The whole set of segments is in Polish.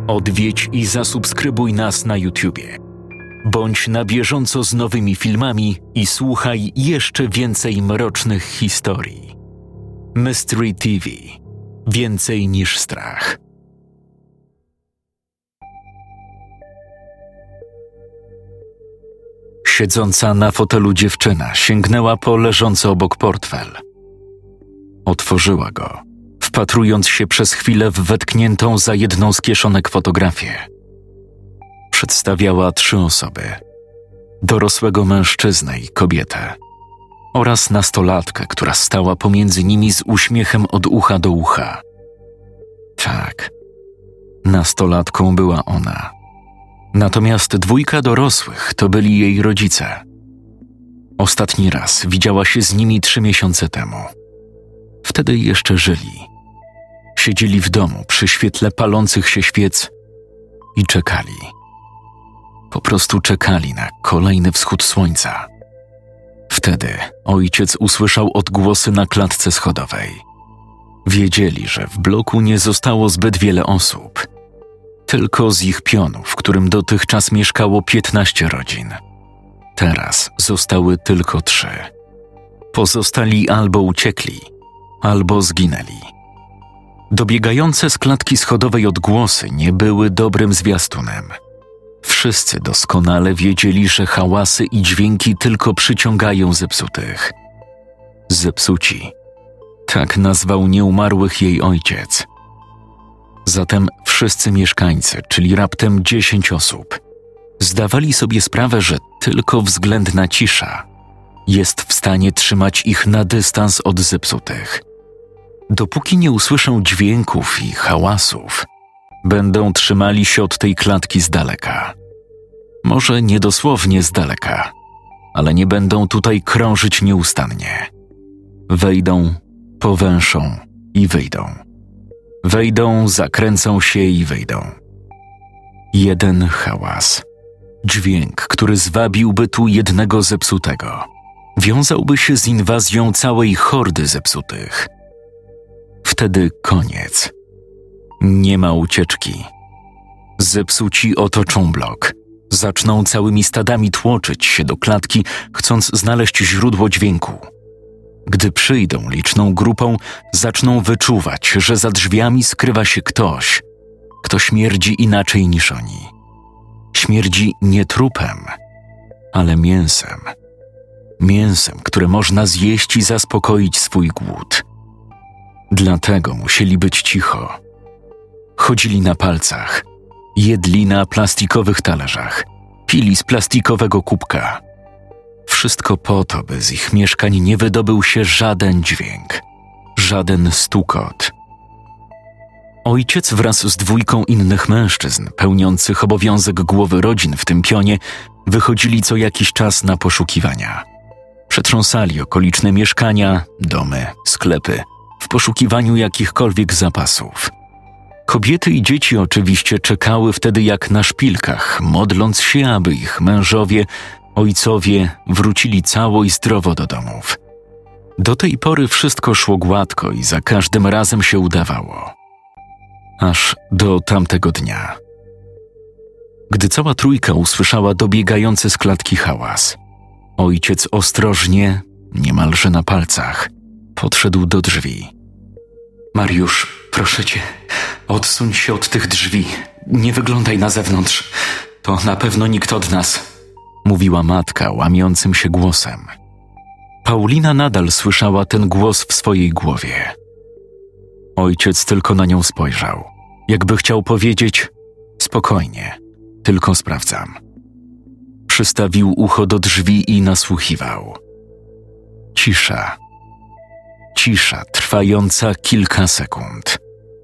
Odwiedź i zasubskrybuj nas na YouTubie. Bądź na bieżąco z nowymi filmami i słuchaj jeszcze więcej mrocznych historii. Mystery TV. Więcej niż strach. Siedząca na fotelu dziewczyna sięgnęła po leżący obok portfel. Otworzyła go, wpatrując się przez chwilę w wetkniętą za jedną z kieszonek fotografię. Przedstawiała 3 osoby: dorosłego mężczyznę i kobietę oraz nastolatkę, która stała pomiędzy nimi z uśmiechem od ucha do ucha. Tak, nastolatką była ona. Natomiast 2 dorosłych to byli jej rodzice. Ostatni raz widziała się z nimi 3 miesiące temu. Wtedy jeszcze żyli. Siedzieli w domu przy świetle palących się świec i czekali. Po prostu czekali na kolejny wschód słońca. Wtedy ojciec usłyszał odgłosy na klatce schodowej. Wiedzieli, że w bloku nie zostało zbyt wiele osób. Tylko z ich pionu, w którym dotychczas mieszkało 15 rodzin. Teraz zostały tylko 3. Pozostali albo uciekli, albo zginęli. Dobiegające z klatki schodowej odgłosy nie były dobrym zwiastunem. Wszyscy doskonale wiedzieli, że hałasy i dźwięki tylko przyciągają zepsutych. Zepsuci. Tak nazwał nieumarłych jej ojciec. Zatem wszyscy mieszkańcy, czyli raptem 10 osób, zdawali sobie sprawę, że tylko względna cisza jest w stanie trzymać ich na dystans od zepsutych. Dopóki nie usłyszą dźwięków i hałasów, będą trzymali się od tej klatki z daleka. Może nie dosłownie z daleka, ale nie będą tutaj krążyć nieustannie. Wejdą, powęszą i wyjdą. Wejdą, zakręcą się i wyjdą. Jeden hałas. Dźwięk, który zwabiłby tu jednego zepsutego. Wiązałby się z inwazją całej hordy zepsutych. Wtedy koniec. Nie ma ucieczki. Zepsuci otoczą blok. Zaczną całymi stadami tłoczyć się do klatki, chcąc znaleźć źródło dźwięku. Gdy przyjdą liczną grupą, zaczną wyczuwać, że za drzwiami skrywa się ktoś, kto śmierdzi inaczej niż oni. Śmierdzi nie trupem, ale mięsem. Mięsem, które można zjeść i zaspokoić swój głód. Dlatego musieli być cicho. Chodzili na palcach, jedli na plastikowych talerzach, pili z plastikowego kubka. Wszystko po to, by z ich mieszkań nie wydobył się żaden dźwięk, żaden stukot. Ojciec wraz z 2 innych mężczyzn, pełniących obowiązek głowy rodzin w tym pionie, wychodzili co jakiś czas na poszukiwania. Przetrząsali okoliczne mieszkania, domy, sklepy, w poszukiwaniu jakichkolwiek zapasów. Kobiety i dzieci oczywiście czekały wtedy jak na szpilkach, modląc się, aby ich mężowie, ojcowie wrócili cało i zdrowo do domów. Do tej pory wszystko szło gładko i za każdym razem się udawało. Aż do tamtego dnia. Gdy cała trójka usłyszała dobiegający z klatki hałas, ojciec ostrożnie, niemalże na palcach, podszedł do drzwi. Mariusz, proszę cię, odsuń się od tych drzwi. Nie wyglądaj na zewnątrz. To na pewno nikt od nas, mówiła matka łamiącym się głosem. Paulina nadal słyszała ten głos w swojej głowie. Ojciec tylko na nią spojrzał, jakby chciał powiedzieć: spokojnie, tylko sprawdzam. Przystawił ucho do drzwi i nasłuchiwał. Cisza. Cisza trwająca kilka sekund.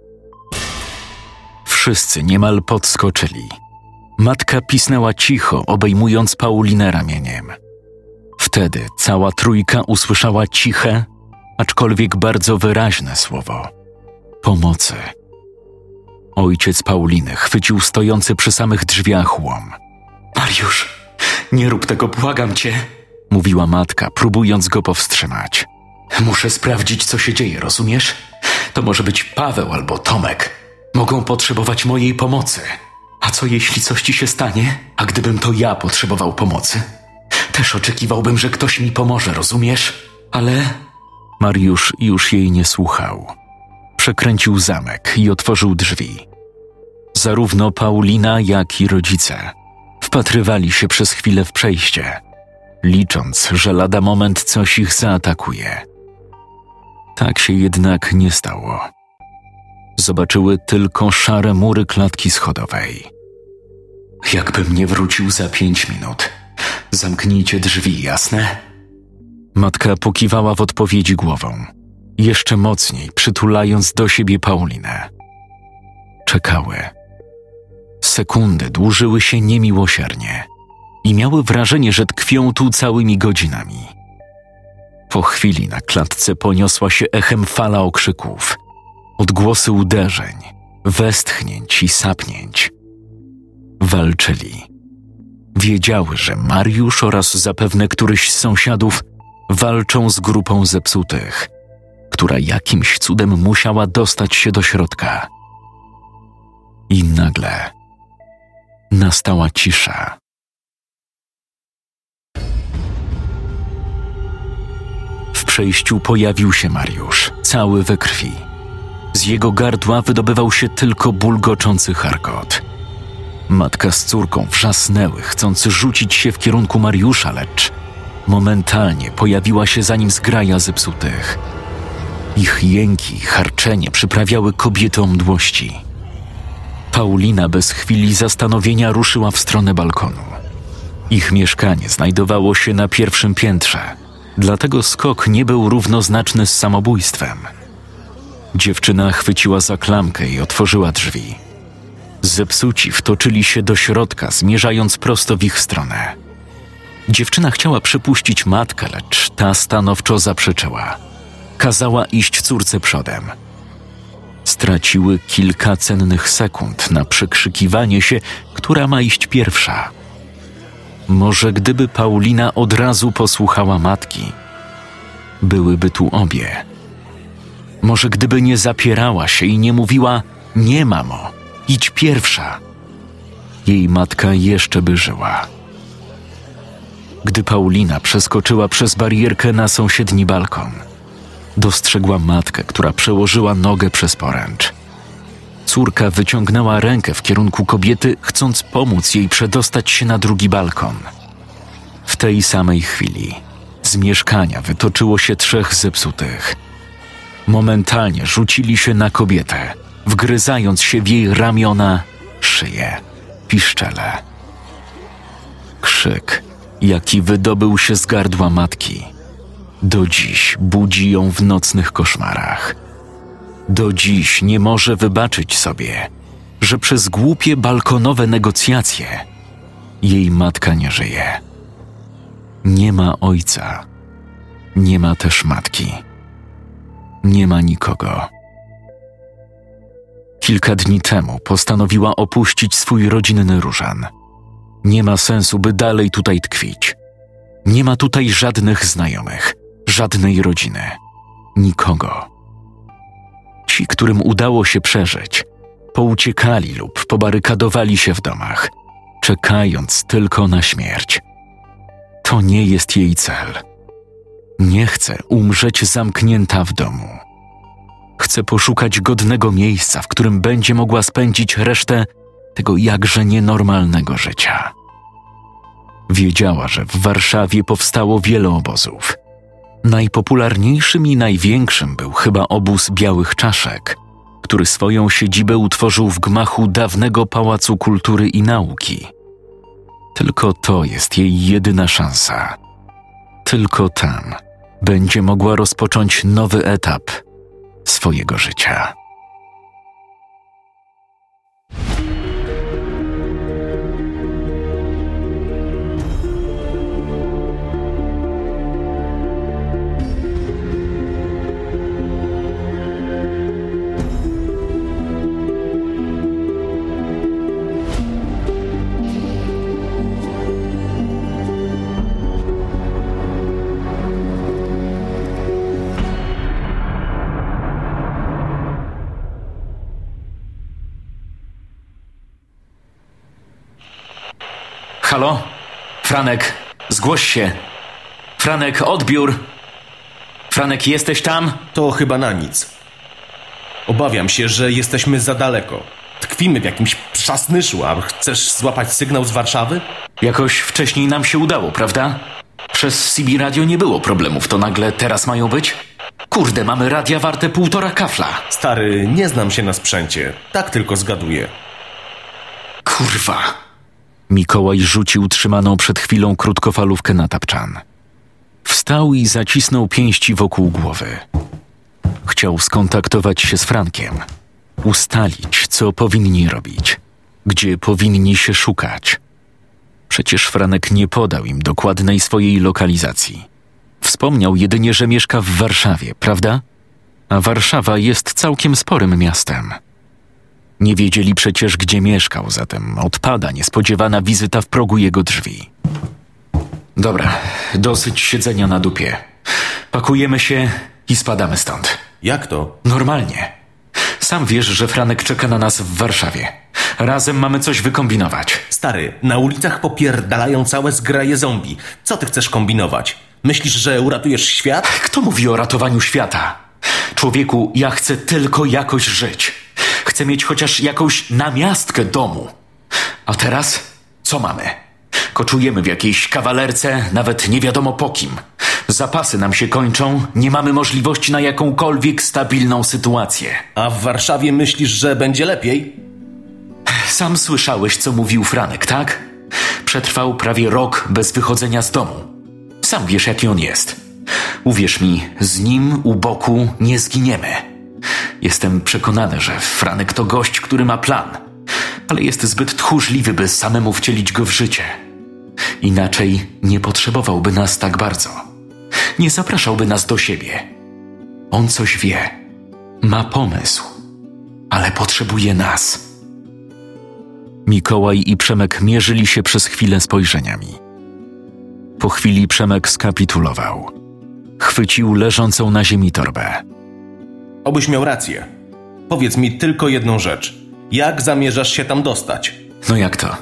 Wszyscy niemal podskoczyli. Matka pisnęła cicho, obejmując Paulinę ramieniem. Wtedy cała trójka usłyszała ciche, aczkolwiek bardzo wyraźne słowo: pomocy. Ojciec Pauliny chwycił stojący przy samych drzwiach łom. Mariusz, nie rób tego, błagam cię, mówiła matka, próbując go powstrzymać. Muszę sprawdzić, co się dzieje, rozumiesz? To może być Paweł albo Tomek. Mogą potrzebować mojej pomocy. A co jeśli coś ci się stanie? A gdybym to ja potrzebował pomocy? Też oczekiwałbym, że ktoś mi pomoże, rozumiesz? Ale... Mariusz już jej nie słuchał. Przekręcił zamek i otworzył drzwi. Zarówno Paulina, jak i rodzice wpatrywali się przez chwilę w przejście, licząc, że lada moment coś ich zaatakuje. Tak się jednak nie stało. Zobaczyły tylko szare mury klatki schodowej. Jakbym nie wrócił za 5 minut. Zamknijcie drzwi, jasne? Matka pokiwała w odpowiedzi głową, jeszcze mocniej przytulając do siebie Paulinę. Czekały. Sekundy dłużyły się niemiłosiernie i miały wrażenie, że tkwią tu całymi godzinami. Po chwili na klatce poniosła się echem fala okrzyków, odgłosy uderzeń, westchnięć i sapnięć. Walczyli. Wiedziały, że Mariusz oraz zapewne któryś z sąsiadów walczą z grupą zepsutych, która jakimś cudem musiała dostać się do środka. I nagle nastała cisza. W przejściu pojawił się Mariusz, cały we krwi. Z jego gardła wydobywał się tylko bulgoczący charkot. Matka z córką wrzasnęły, chcąc rzucić się w kierunku Mariusza, lecz momentalnie pojawiła się za nim zgraja zepsutych. Ich jęki i charczenie przyprawiały kobiety o mdłości. Paulina bez chwili zastanowienia ruszyła w stronę balkonu. Ich mieszkanie znajdowało się na 1. piętrze, dlatego skok nie był równoznaczny z samobójstwem. Dziewczyna chwyciła za klamkę i otworzyła drzwi. Zepsuci wtoczyli się do środka, zmierzając prosto w ich stronę. Dziewczyna chciała przepuścić matkę, lecz ta stanowczo zaprzeczyła. Kazała iść córce przodem. Straciły kilka cennych sekund na przekrzykiwanie się, która ma iść pierwsza. Może gdyby Paulina od razu posłuchała matki, byłyby tu obie. Może gdyby nie zapierała się i nie mówiła: nie, mamo, idź pierwsza, jej matka jeszcze by żyła. Gdy Paulina przeskoczyła przez barierkę na sąsiedni balkon, dostrzegła matkę, która przełożyła nogę przez poręcz. Córka wyciągnęła rękę w kierunku kobiety, chcąc pomóc jej przedostać się na drugi balkon. W tej samej chwili z mieszkania wytoczyło się 3 zepsutych. Momentalnie rzucili się na kobietę, wgryzając się w jej ramiona, szyję, piszczele. Krzyk, jaki wydobył się z gardła matki, do dziś budzi ją w nocnych koszmarach. Do dziś nie może wybaczyć sobie, że przez głupie balkonowe negocjacje jej matka nie żyje. Nie ma ojca, nie ma też matki. Nie ma nikogo. Kilka dni temu postanowiła opuścić swój rodzinny Różan. Nie ma sensu, by dalej tutaj tkwić. Nie ma tutaj żadnych znajomych, żadnej rodziny, nikogo. Ci, którym udało się przeżyć, pouciekali lub pobarykadowali się w domach, czekając tylko na śmierć. To nie jest jej cel. Nie chce umrzeć zamknięta w domu. Chce poszukać godnego miejsca, w którym będzie mogła spędzić resztę tego jakże nienormalnego życia. Wiedziała, że w Warszawie powstało wiele obozów. Najpopularniejszym i największym był chyba obóz Białych Czaszek, który swoją siedzibę utworzył w gmachu dawnego Pałacu Kultury i Nauki. Tylko to jest jej jedyna szansa. Tylko tam będzie mogła rozpocząć nowy etap swojego życia. Halo? Franek, zgłoś się. Franek, odbiór. Franek, jesteś tam? To chyba na nic. Obawiam się, że jesteśmy za daleko. Tkwimy w jakimś przasnyszu, a chcesz złapać sygnał z Warszawy? Jakoś wcześniej nam się udało, prawda? Przez CB radio nie było problemów, to nagle teraz mają być? Kurde, mamy radia warte 1,5 kafla. Stary, nie znam się na sprzęcie. Tak tylko zgaduję. Kurwa. Mikołaj rzucił trzymaną przed chwilą krótkofalówkę na tapczan. Wstał i zacisnął pięści wokół głowy. Chciał skontaktować się z Frankiem. Ustalić, co powinni robić. Gdzie powinni się szukać. Przecież Franek nie podał im dokładnej swojej lokalizacji. Wspomniał jedynie, że mieszka w Warszawie, prawda? A Warszawa jest całkiem sporym miastem. Nie wiedzieli przecież, gdzie mieszkał, zatem odpada niespodziewana wizyta w progu jego drzwi. Dobra, dosyć siedzenia na dupie. Pakujemy się i spadamy stąd. Jak to? Normalnie. Sam wiesz, że Franek czeka na nas w Warszawie. Razem mamy coś wykombinować. Stary, na ulicach popierdalają całe zgraje zombie. Co ty chcesz kombinować? Myślisz, że uratujesz świat? Kto mówi o ratowaniu świata? Człowieku, ja chcę tylko jakoś żyć. Chcę mieć chociaż jakąś namiastkę domu. A teraz co mamy? Koczujemy w jakiejś kawalerce, nawet nie wiadomo po kim. Zapasy nam się kończą, nie mamy możliwości na jakąkolwiek stabilną sytuację. A w Warszawie myślisz, że będzie lepiej? Sam słyszałeś, co mówił Franek, tak? Przetrwał prawie rok bez wychodzenia z domu. Sam wiesz, jaki on jest. Uwierz mi, z nim u boku nie zginiemy. Jestem przekonany, że Franek to gość, który ma plan, ale jest zbyt tchórzliwy, by samemu wcielić go w życie. Inaczej nie potrzebowałby nas tak bardzo. Nie zapraszałby nas do siebie. On coś wie, ma pomysł, ale potrzebuje nas. Mikołaj i Przemek mierzyli się przez chwilę spojrzeniami. Po chwili Przemek skapitulował. Chwycił leżącą na ziemi torbę. Obyś miał rację. Powiedz mi tylko jedną rzecz. Jak zamierzasz się tam dostać? No jak to?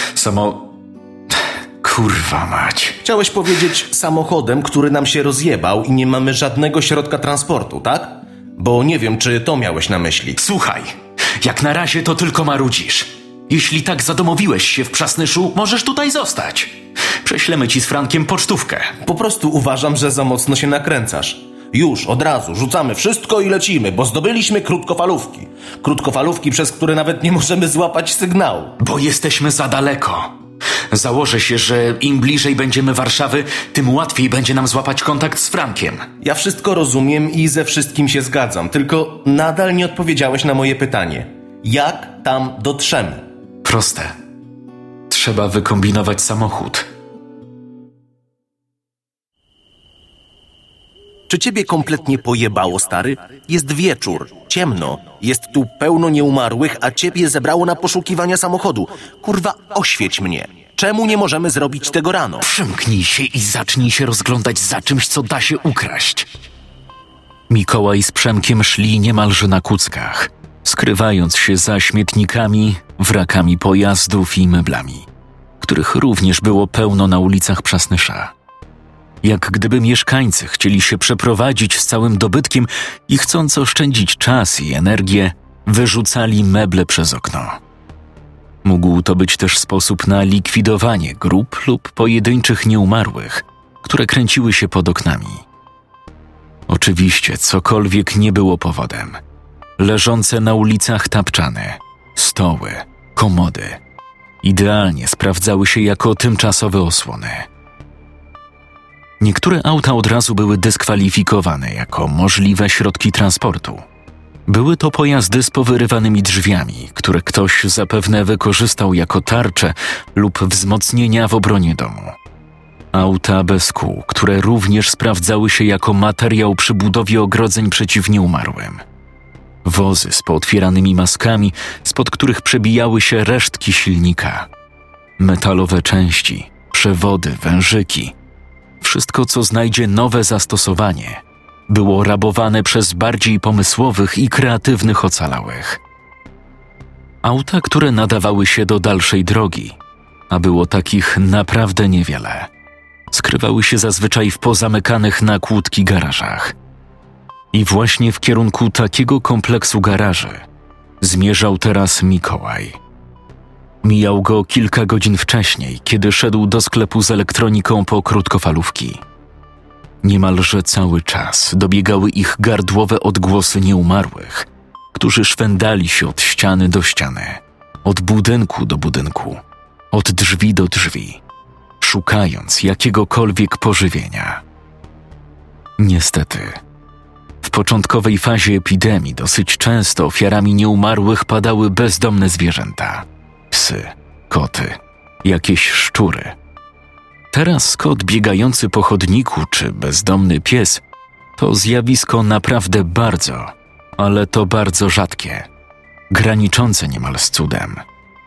Kurwa mać. Chciałeś powiedzieć samochodem, który nam się rozjebał i nie mamy żadnego środka transportu, tak? Bo nie wiem, czy to miałeś na myśli. Słuchaj, jak na razie to tylko marudzisz. Jeśli tak zadomowiłeś się w Przasnyszu, możesz tutaj zostać. Prześlemy ci z Frankiem pocztówkę. Po prostu uważam, że za mocno się nakręcasz. Już, od razu, rzucamy wszystko i lecimy, bo zdobyliśmy krótkofalówki. Krótkofalówki, przez które nawet nie możemy złapać sygnału. Bo jesteśmy za daleko. Założę się, że im bliżej będziemy Warszawy, tym łatwiej będzie nam złapać kontakt z Frankiem. Ja wszystko rozumiem i ze wszystkim się zgadzam, tylko nadal nie odpowiedziałeś na moje pytanie. Jak tam dotrzemy? Proste. Trzeba wykombinować samochód. Czy ciebie kompletnie pojebało, stary? Jest wieczór, ciemno, jest tu pełno nieumarłych, a ciebie zebrało na poszukiwania samochodu. Kurwa, oświeć mnie. Czemu nie możemy zrobić tego rano? Przymknij się i zacznij się rozglądać za czymś, co da się ukraść. Mikołaj z Przemkiem szli niemalże na kuckach, skrywając się za śmietnikami, wrakami pojazdów i meblami, których również było pełno na ulicach Przasnysza. Jak gdyby mieszkańcy chcieli się przeprowadzić z całym dobytkiem i chcąc oszczędzić czas i energię, wyrzucali meble przez okno. Mógł to być też sposób na likwidowanie grup lub pojedynczych nieumarłych, które kręciły się pod oknami. Oczywiście cokolwiek nie było powodem. Leżące na ulicach tapczany, stoły, komody idealnie sprawdzały się jako tymczasowe osłony. Niektóre auta od razu były dyskwalifikowane jako możliwe środki transportu. Były to pojazdy z powyrywanymi drzwiami, które ktoś zapewne wykorzystał jako tarcze lub wzmocnienia w obronie domu. Auta bez kół, które również sprawdzały się jako materiał przy budowie ogrodzeń przeciw nieumarłym. Wozy z pootwieranymi maskami, spod których przebijały się resztki silnika. Metalowe części, przewody, wężyki. Wszystko, co znajdzie nowe zastosowanie, było rabowane przez bardziej pomysłowych i kreatywnych ocalałych. Auta, które nadawały się do dalszej drogi, a było takich naprawdę niewiele. Skrywały się zazwyczaj w pozamykanych na kłódki garażach. I właśnie w kierunku takiego kompleksu garaży zmierzał teraz Mikołaj. Mijał go kilka godzin wcześniej, kiedy szedł do sklepu z elektroniką po krótkofalówki. Niemalże cały czas dobiegały ich gardłowe odgłosy nieumarłych, którzy szwendali się od ściany do ściany, od budynku do budynku, od drzwi do drzwi, szukając jakiegokolwiek pożywienia. Niestety, w początkowej fazie epidemii dosyć często ofiarami nieumarłych padały bezdomne zwierzęta. Psy, koty, jakieś szczury. Teraz kot biegający po chodniku czy bezdomny pies to zjawisko naprawdę bardzo, ale to bardzo rzadkie, graniczące niemal z cudem.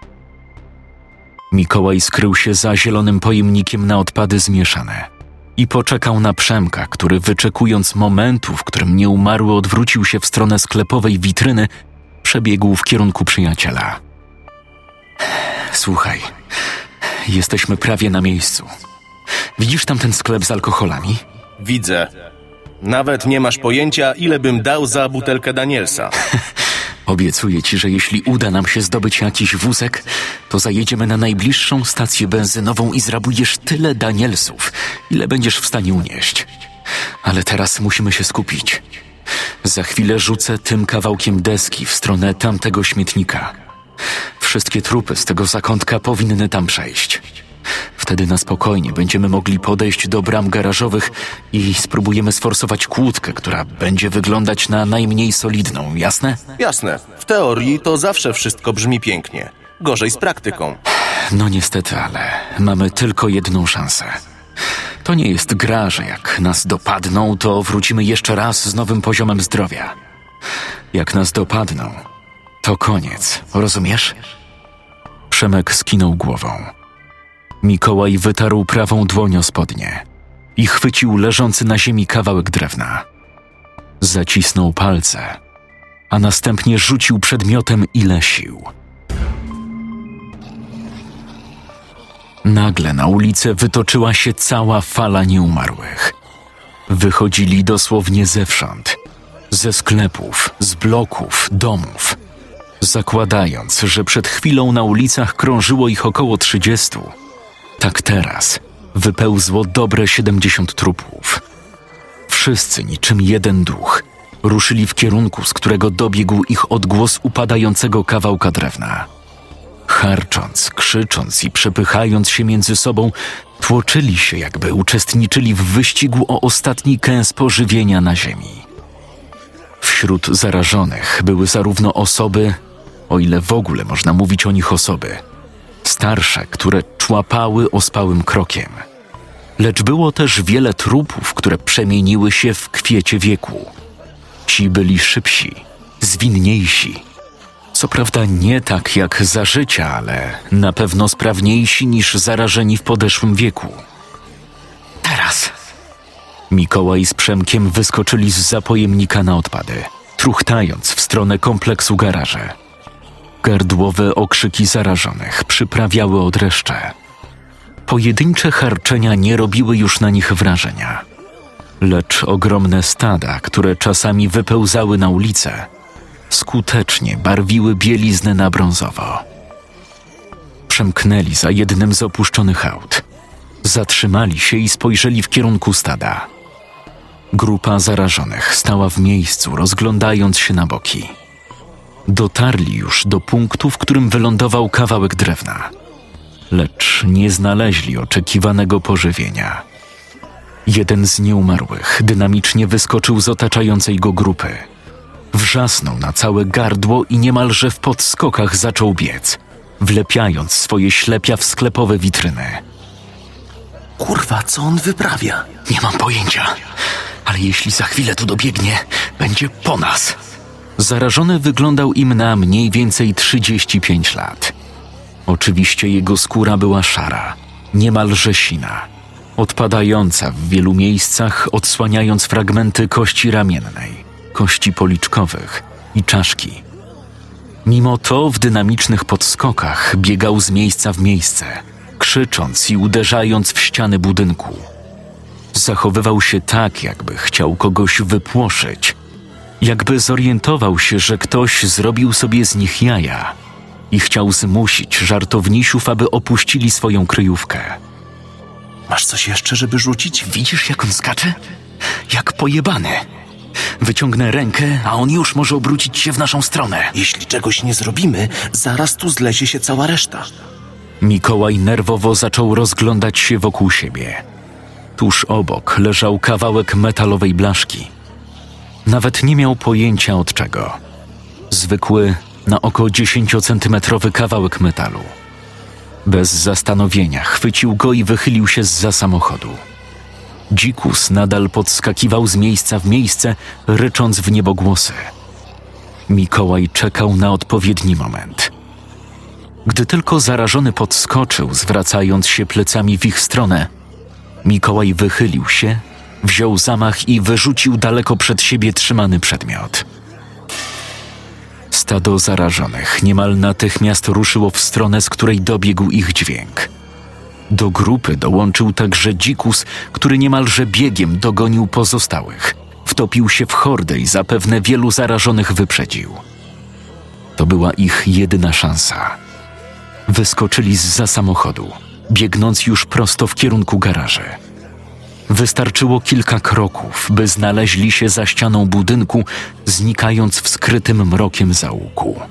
Mikołaj skrył się za zielonym pojemnikiem na odpady zmieszane i poczekał na Przemka, który wyczekując momentu, w którym nieumarły odwrócił się w stronę sklepowej witryny, przebiegł w kierunku przyjaciela. Słuchaj, jesteśmy prawie na miejscu. Widzisz tam ten sklep z alkoholami? Widzę. Nawet nie masz pojęcia, ile bym dał za butelkę Danielsa. Obiecuję ci, że jeśli uda nam się zdobyć jakiś wózek, to zajedziemy na najbliższą stację benzynową i zrabujesz tyle Danielsów, ile będziesz w stanie unieść. Ale teraz musimy się skupić. Za chwilę rzucę tym kawałkiem deski w stronę tamtego śmietnika. Wszystkie trupy z tego zakątka powinny tam przejść. Wtedy na spokojnie będziemy mogli podejść do bram garażowych i spróbujemy sforsować kłódkę, która będzie wyglądać na najmniej solidną, jasne? Jasne. W teorii to zawsze wszystko brzmi pięknie. Gorzej z praktyką. No niestety, ale mamy tylko jedną szansę. To nie jest gra, że jak nas dopadną, to wrócimy jeszcze raz z nowym poziomem zdrowia. Jak nas dopadną, to koniec, rozumiesz? Przemek skinął głową. Mikołaj wytarł prawą dłoń o spodnie i chwycił leżący na ziemi kawałek drewna. Zacisnął palce, a następnie rzucił przedmiotem ile sił. Nagle na ulicę wytoczyła się cała fala nieumarłych. Wychodzili dosłownie zewsząd, ze sklepów, z bloków, domów. Zakładając, że przed chwilą na ulicach krążyło ich około 30, tak teraz wypełzło dobre 70 trupów. Wszyscy niczym jeden duch ruszyli w kierunku, z którego dobiegł ich odgłos upadającego kawałka drewna. Charcząc, krzycząc i przepychając się między sobą, tłoczyli się, jakby uczestniczyli w wyścigu o ostatni kęs pożywienia na ziemi. Wśród zarażonych były zarówno osoby, o ile w ogóle można mówić o nich osoby, starsze, które człapały ospałym krokiem. Lecz było też wiele trupów, które przemieniły się w kwiecie wieku. Ci byli szybsi, zwinniejsi. Co prawda nie tak jak za życia, ale na pewno sprawniejsi niż zarażeni w podeszłym wieku. Teraz! Mikołaj z Przemkiem wyskoczyli zza pojemnika na odpady, truchtając w stronę kompleksu garaży. Gardłowe okrzyki zarażonych przyprawiały o dreszcze. Pojedyncze charczenia nie robiły już na nich wrażenia. Lecz ogromne stada, które czasami wypełzały na ulicę, skutecznie barwiły bieliznę na brązowo. Przemknęli za jednym z opuszczonych aut. Zatrzymali się i spojrzeli w kierunku stada. Grupa zarażonych stała w miejscu, rozglądając się na boki. Dotarli już do punktu, w którym wylądował kawałek drewna. Lecz nie znaleźli oczekiwanego pożywienia. Jeden z nieumarłych dynamicznie wyskoczył z otaczającej go grupy. Wrzasnął na całe gardło i niemalże w podskokach zaczął biec, wlepiając swoje ślepia w sklepowe witryny. Kurwa, co on wyprawia? Nie mam pojęcia, ale jeśli za chwilę tu dobiegnie, będzie po nas. Zarażony wyglądał im na mniej więcej 35 lat. Oczywiście jego skóra była szara, niemalże sina, odpadająca w wielu miejscach, odsłaniając fragmenty kości ramiennej, kości policzkowych i czaszki. Mimo to w dynamicznych podskokach biegał z miejsca w miejsce, krzycząc i uderzając w ściany budynku. Zachowywał się tak, jakby chciał kogoś wypłoszyć, jakby zorientował się, że ktoś zrobił sobie z nich jaja i chciał zmusić żartownisiów, aby opuścili swoją kryjówkę. Masz coś jeszcze, żeby rzucić? Widzisz, jak on skacze? Jak pojebany. Wyciągnę rękę, a on już może obrócić się w naszą stronę. Jeśli czegoś nie zrobimy, zaraz tu zlezie się cała reszta. Mikołaj nerwowo zaczął rozglądać się wokół siebie. Tuż obok leżał kawałek metalowej blaszki. Nawet nie miał pojęcia od czego. Zwykły, na oko 10-centymetrowy kawałek metalu. Bez zastanowienia chwycił go i wychylił się zza samochodu. Dzikus nadal podskakiwał z miejsca w miejsce, rycząc w niebogłosy. Mikołaj czekał na odpowiedni moment. Gdy tylko zarażony podskoczył, zwracając się plecami w ich stronę, Mikołaj wychylił się, wziął zamach i wyrzucił daleko przed siebie trzymany przedmiot. Stado zarażonych niemal natychmiast ruszyło w stronę, z której dobiegł ich dźwięk. Do grupy dołączył także dzikus, który niemalże biegiem dogonił pozostałych. Wtopił się w hordę i zapewne wielu zarażonych wyprzedził. To była ich jedyna szansa. Wyskoczyli zza samochodu, biegnąc już prosto w kierunku garaży. Wystarczyło kilka kroków, by znaleźli się za ścianą budynku, znikając w skrytym mrokiem zaułku.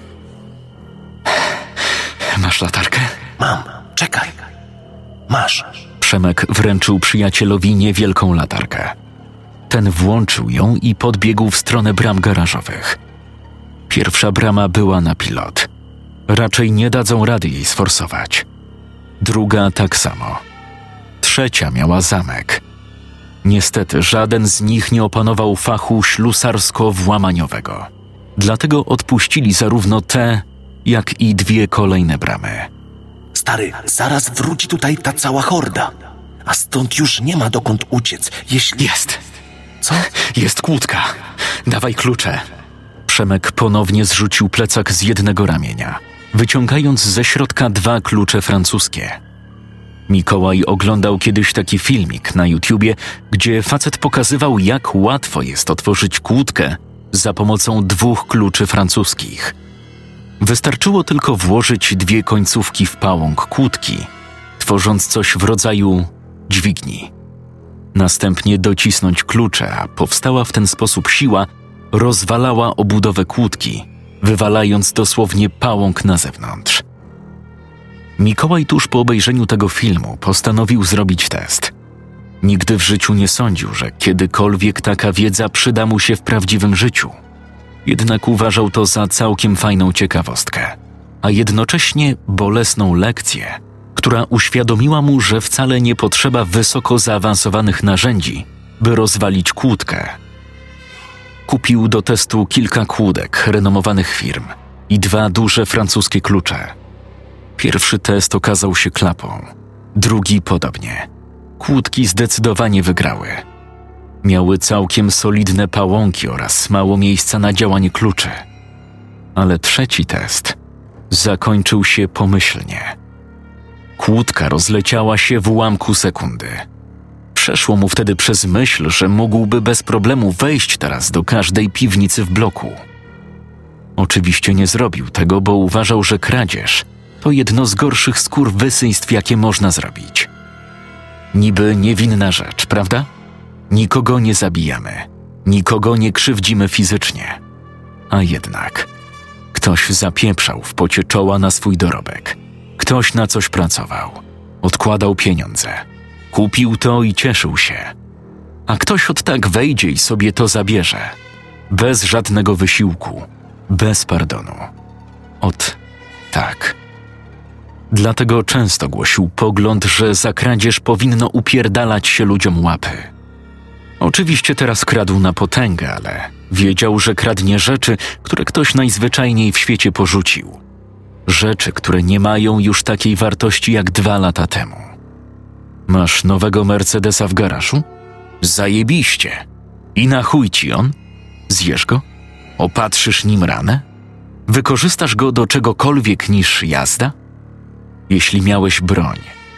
Masz latarkę? Mam, czekaj. Masz. Przemek wręczył przyjacielowi niewielką latarkę. Ten włączył ją i podbiegł w stronę bram garażowych. Pierwsza brama była na pilot. Raczej nie dadzą rady jej sforsować. Druga tak samo. Trzecia miała zamek. Niestety żaden z nich nie opanował fachu ślusarsko-włamaniowego. Dlatego odpuścili zarówno te, jak i 2 kolejne bramy. Stary, zaraz wróci tutaj ta cała horda. A stąd już nie ma dokąd uciec, jeśli... Jest! Co? Jest kłódka. Dawaj klucze. Przemek ponownie zrzucił plecak z jednego ramienia, wyciągając ze środka 2 klucze francuskie. Mikołaj oglądał kiedyś taki filmik na YouTubie, gdzie facet pokazywał, jak łatwo jest otworzyć kłódkę za pomocą 2 kluczy francuskich. Wystarczyło tylko włożyć 2 końcówki w pałąk kłódki, tworząc coś w rodzaju dźwigni. Następnie docisnąć klucze, a powstała w ten sposób siła rozwalała obudowę kłódki, wywalając dosłownie pałąk na zewnątrz. Mikołaj tuż po obejrzeniu tego filmu postanowił zrobić test. Nigdy w życiu nie sądził, że kiedykolwiek taka wiedza przyda mu się w prawdziwym życiu. Jednak uważał to za całkiem fajną ciekawostkę, a jednocześnie bolesną lekcję, która uświadomiła mu, że wcale nie potrzeba wysoko zaawansowanych narzędzi, by rozwalić kłódkę. Kupił do testu kilka kłódek renomowanych firm i 2 duże francuskie klucze. Pierwszy test okazał się klapą, drugi podobnie. Kłódki zdecydowanie wygrały. Miały całkiem solidne pałąki oraz mało miejsca na działanie kluczy. Ale trzeci test zakończył się pomyślnie. Kłódka rozleciała się w ułamku sekundy. Przeszło mu wtedy przez myśl, że mógłby bez problemu wejść teraz do każdej piwnicy w bloku. Oczywiście nie zrobił tego, bo uważał, że kradzież to jedno z gorszych skurwysyństw, jakie można zrobić. Niby niewinna rzecz, prawda? Nikogo nie zabijamy, nikogo nie krzywdzimy fizycznie. A jednak ktoś zapieprzał w pocie czoła na swój dorobek. Ktoś na coś pracował, odkładał pieniądze, kupił to i cieszył się. A ktoś od tak wejdzie i sobie to zabierze. Bez żadnego wysiłku, bez pardonu. Tak. Dlatego często głosił pogląd, że za kradzież powinno upierdalać się ludziom łapy. Oczywiście teraz kradł na potęgę, ale wiedział, że kradnie rzeczy, które ktoś najzwyczajniej w świecie porzucił. Rzeczy, które nie mają już takiej wartości jak 2 lata temu. Masz nowego Mercedesa w garażu? Zajebiście. I na chuj ci on? Zjesz go? Opatrzysz nim ranę? Wykorzystasz go do czegokolwiek niż jazda? Jeśli miałeś broń,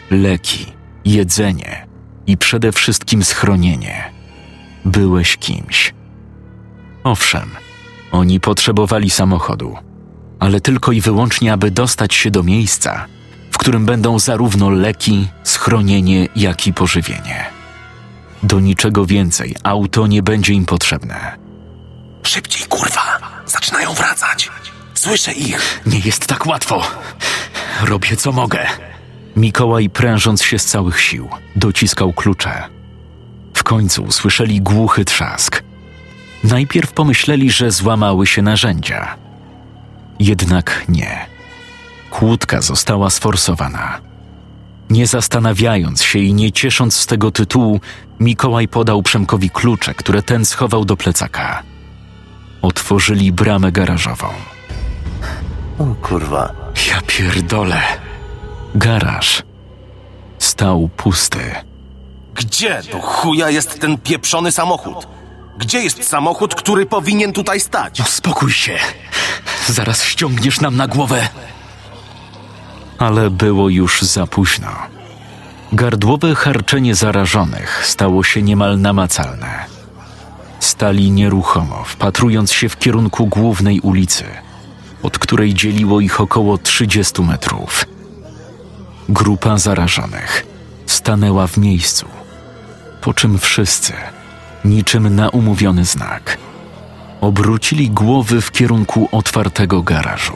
leki, jedzenie i przede wszystkim schronienie. Byłeś kimś. Owszem, oni potrzebowali samochodu, ale tylko i wyłącznie, aby dostać się do miejsca, w którym będą zarówno leki, schronienie, jak i pożywienie. Do niczego więcej auto nie będzie im potrzebne. Szybciej, kurwa! Zaczynają wracać! Słyszę ich! Nie jest tak łatwo. Robię co mogę. Mikołaj, prężąc się z całych sił, dociskał klucze. W końcu usłyszeli głuchy trzask. Najpierw pomyśleli, że złamały się narzędzia. Jednak nie. Kłódka została sforsowana. Nie zastanawiając się i nie ciesząc z tego tytułu, Mikołaj podał Przemkowi klucze, które ten schował do plecaka. Otworzyli bramę garażową. O kurwa. Ja pierdolę. Garaż stał pusty. Gdzie do chuja jest ten pieprzony samochód? Gdzie jest samochód, który powinien tutaj stać? Uspokój się. Zaraz ściągniesz nam na głowę. Ale było już za późno. Gardłowe harczenie zarażonych stało się niemal namacalne. Stali nieruchomo, wpatrując się w kierunku głównej ulicy, od której dzieliło ich około 30 metrów. Grupa zarażonych stanęła w miejscu, po czym wszyscy, niczym na umówiony znak, obrócili głowy w kierunku otwartego garażu.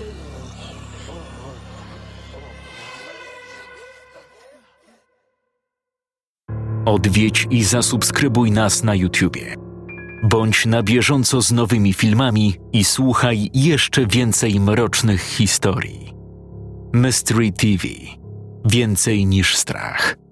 Odwiedź i zasubskrybuj nas na YouTubie. Bądź na bieżąco z nowymi filmami i słuchaj jeszcze więcej mrocznych historii. Mystery TV. Więcej niż strach.